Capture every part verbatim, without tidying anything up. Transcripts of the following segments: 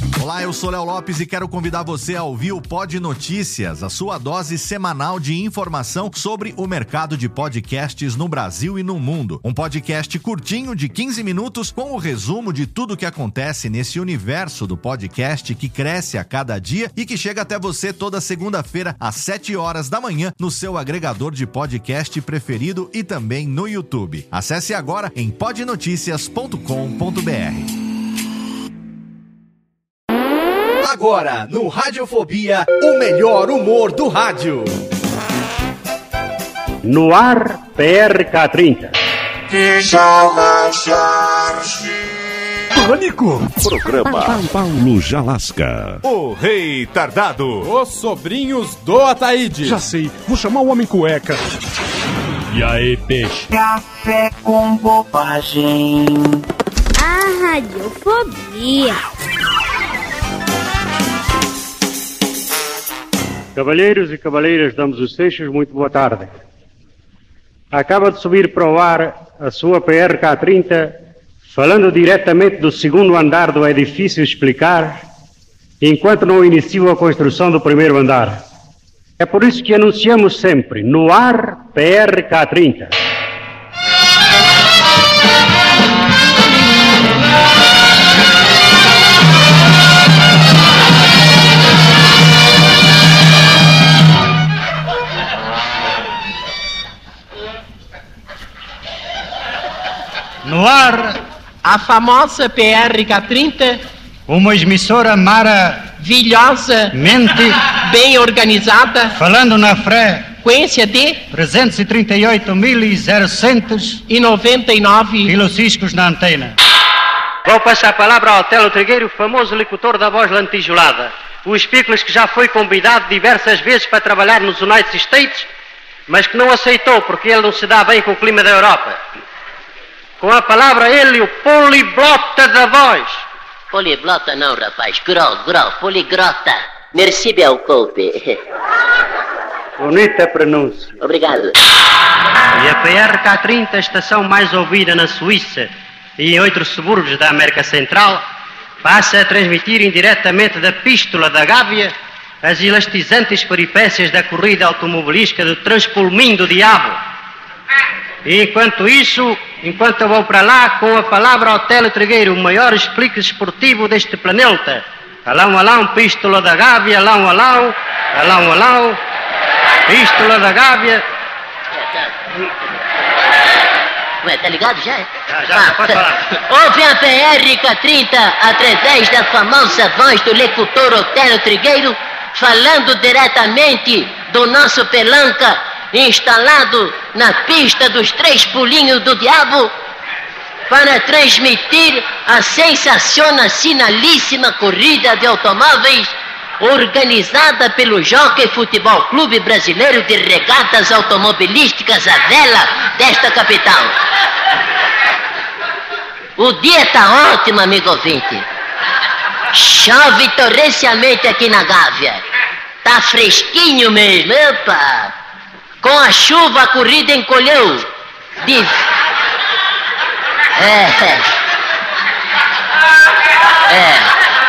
Olá, eu sou Léo Lopes e quero convidar você a ouvir o Pod Notícias, a sua dose semanal de informação sobre o mercado de podcasts no Brasil e no mundo. Um podcast curtinho de quinze minutos com o resumo de tudo que acontece nesse universo do podcast que cresce a cada dia e que chega até você toda segunda-feira às sete horas da manhã no seu agregador de podcast preferido e também no YouTube. Acesse agora em pod noticias ponto com ponto b r. Agora, no Radiofobia, o melhor humor do rádio. No ar, P R K trinta. Pânico. Programa Paulo Jalasca. O Rei Tardado. Os sobrinhos do Ataíde. Já sei, vou chamar o Homem Cueca. E aí, peixe? Café com bobagem. A Radiofobia. Cavalheiros e cavaleiras, damos os seixos, muito boa tarde. Acaba de subir para o ar a sua P R K trinta, falando diretamente do segundo andar do edifício Explicar, enquanto não iniciou a construção do primeiro andar. É por isso que anunciamos sempre, no ar, P R K trinta. No ar, a famosa P R K trinta, uma emissora maravilhosa, mente, bem organizada, falando na frequência de trezentos e trinta e oito mil seiscentos e noventa e nove quilociscos na antena. Vou passar a palavra ao Otelo Trigueiro, famoso locutor da voz lantijolada. O Espícolas que já foi convidado diversas vezes para trabalhar nos United States, mas que não aceitou porque ele não se dá bem com o clima da Europa. Com a palavra ele, o poliglota da voz. Poliglota não, rapaz. Grau, grau, poliglota. Merci, Belcope. Bonita pronúncia. Obrigado. E a P R K trinta, a estação mais ouvida na Suíça e em outros subúrbios da América Central, passa a transmitir indiretamente da Pístola da Gávea as elastizantes peripécias da corrida automobilística do Transpulmin do Diabo. E enquanto isso, enquanto eu vou para lá, com a palavra ao Tele Trigueiro, o maior explique esportivo deste planeta. Alão, alão, Pístola da Gávea, alão, alão, alão, alão, Pístola da Gávea. Ué, tá ligado já? Já, já, ah, pode falar. Ouve a P R K trinta através da famosa voz do locutor Otelo Trigueiro, falando diretamente do nosso Pelanca, instalado na pista dos três pulinhos do diabo, para transmitir a sensacionalíssima corrida de automóveis organizada pelo Jockey Futebol Clube Brasileiro de Regatas Automobilísticas à Vela desta capital. O dia está ótimo, amigo ouvinte. Chove torrencialmente aqui na Gávea. Tá fresquinho mesmo, opa! Com a chuva a corrida encolheu. De... É. É.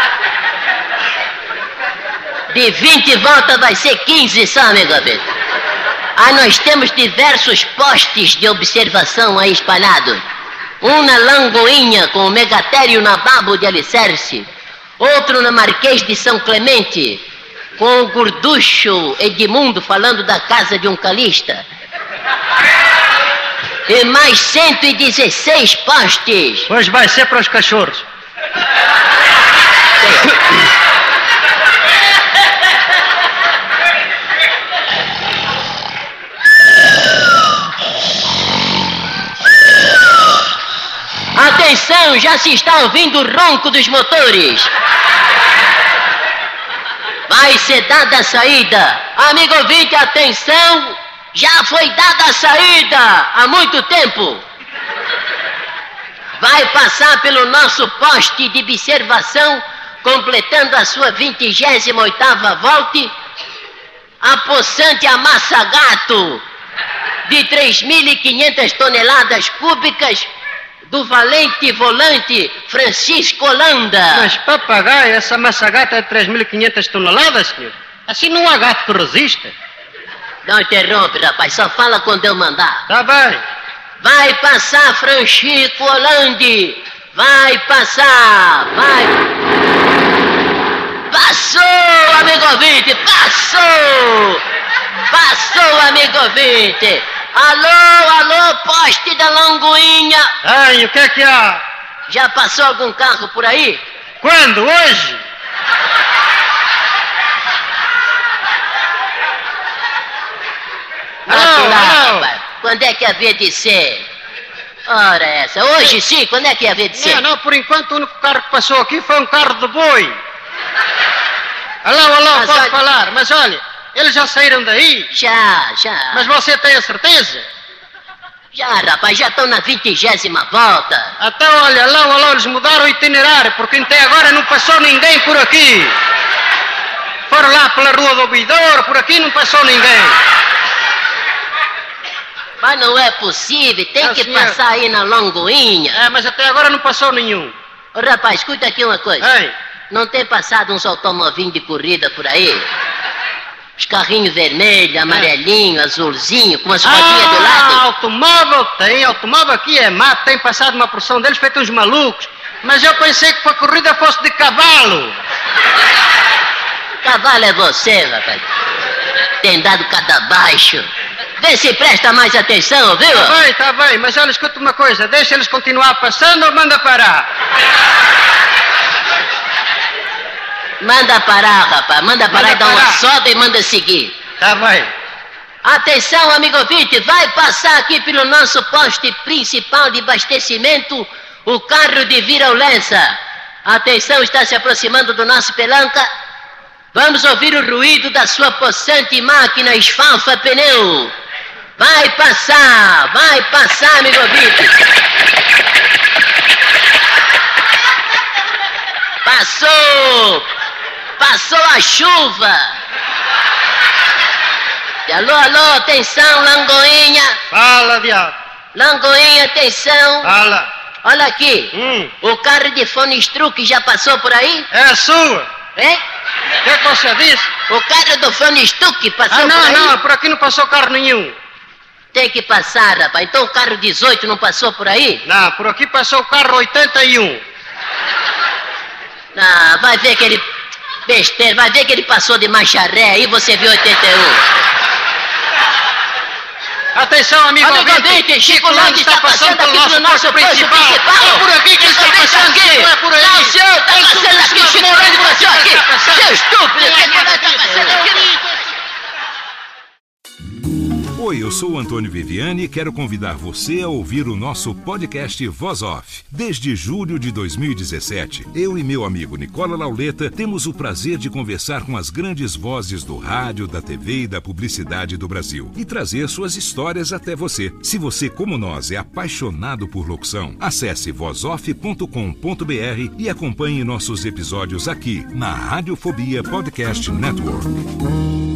De vinte voltas vai ser quinze só, amigo ouvinte. Ah, nós temos diversos postes de observação aí espalhados. Um na Langoinha, com o Megatério na Babo de Alicerce. Outro na Marquês de São Clemente, com o gorducho Edmundo falando da casa de um calista. E mais cento e dezesseis postes. Hoje vai ser para os cachorros. Atenção, já se está ouvindo o ronco dos motores. Vai ser dada a saída. Amigo ouvinte, atenção, já foi dada a saída há muito tempo. Vai passar pelo nosso poste de observação, completando a sua vigésima oitava volta, a possante Amassagato, de três mil e quinhentas toneladas cúbicas, do valente volante Francisco Holanda. Mas papagaio, essa maçagata é de três mil e quinhentas toneladas, senhor. Assim não há gato que resista. Não interrompe, rapaz, só fala quando eu mandar. Tá bem. Vai passar, Francisco Holanda. Vai passar, vai. Passou, amigo ouvinte, passou. Passou, amigo ouvinte. Alô, alô, poste da Lagoinha. Ai, o que é que há? Já passou algum carro por aí? Quando? Hoje? Natural, rapaz. Quando é que havia de ser? Ora essa, hoje sim, quando é que havia de ser? Não, não, por enquanto o único carro que passou aqui foi um carro de boi. Alô, alô, Mas pode olha- falar, mas olha, eles já saíram daí? Já, já. Mas você tem a certeza? Já, rapaz, já estão na vigésima volta. Então, olha, alô, alô, eles mudaram o itinerário, porque até agora não passou ninguém por aqui. Foram lá pela Rua do Ouvidor, por aqui não passou ninguém. Mas não é possível, tem Ah, que senhor. passar aí na Lagoinha. É, mas até agora não passou nenhum. Ô, rapaz, escuta aqui uma coisa. Ei, Não tem passado uns automovinhos de corrida por aí? Os carrinhos vermelho, amarelinho, azulzinho, com as rodinhas do ah, lado? automóvel tem, automóvel aqui é mato, tem passado uma porção deles feito uns malucos. Mas eu pensei que a corrida fosse de cavalo. Cavalo é você, rapaz. Tem dado cada baixo. Vê se presta mais atenção, viu? Tá bem, tá bem, mas olha, escuta uma coisa, deixa eles continuar passando ou manda parar? Manda parar, rapaz. Manda parar Manda e dar uma parar. soda e manda seguir. Tá bem. Atenção, amigo ouvinte, vai passar aqui pelo nosso poste principal de abastecimento o carro de Viraulença. Atenção, está se aproximando do nosso pelanca. Vamos ouvir o ruído da sua possante máquina esfalfa pneu. Vai passar, vai passar, amigo ouvinte. Passou, passou a chuva. Alô, alô, atenção, Lagoinha. Fala, diabo. Lagoinha, atenção. Fala. Olha aqui, Hum, o carro de Fonistruque já passou por aí? é a sua. Hein? O que, que você disse? O carro do Fonistruque passou Ah, por não, aí? não, por aqui não passou carro nenhum. Tem que passar, rapaz. Então o carro dezoito não passou por aí? Não, por aqui passou o carro oitenta e um. Ah, vai ver que ele... Besteira, vai ver que ele passou de marcha ré aí, você viu oitenta e um. Atenção, amigo Amigo ouvinte, Chico Lando está passando aqui pelo nosso posto principal. É por aqui que ele está passando, aqui. não é por aí. Não, senhor, está É passando isso, aqui, senhor, Chico morando Lando passou aqui, aqui. está passando. Seu estúpido, o que que vai estar passando aqui? Oi, eu sou o Antônio Viviani e quero convidar você a ouvir o nosso podcast Voz Off. Desde julho de dois mil e dezessete, eu e meu amigo Nicola Lauleta temos o prazer de conversar com as grandes vozes do rádio, da T V e da publicidade do Brasil e trazer suas histórias até você. Se você, como nós, é apaixonado por locução, acesse voz off ponto com ponto b r e acompanhe nossos episódios aqui na Radiofobia Podcast Network.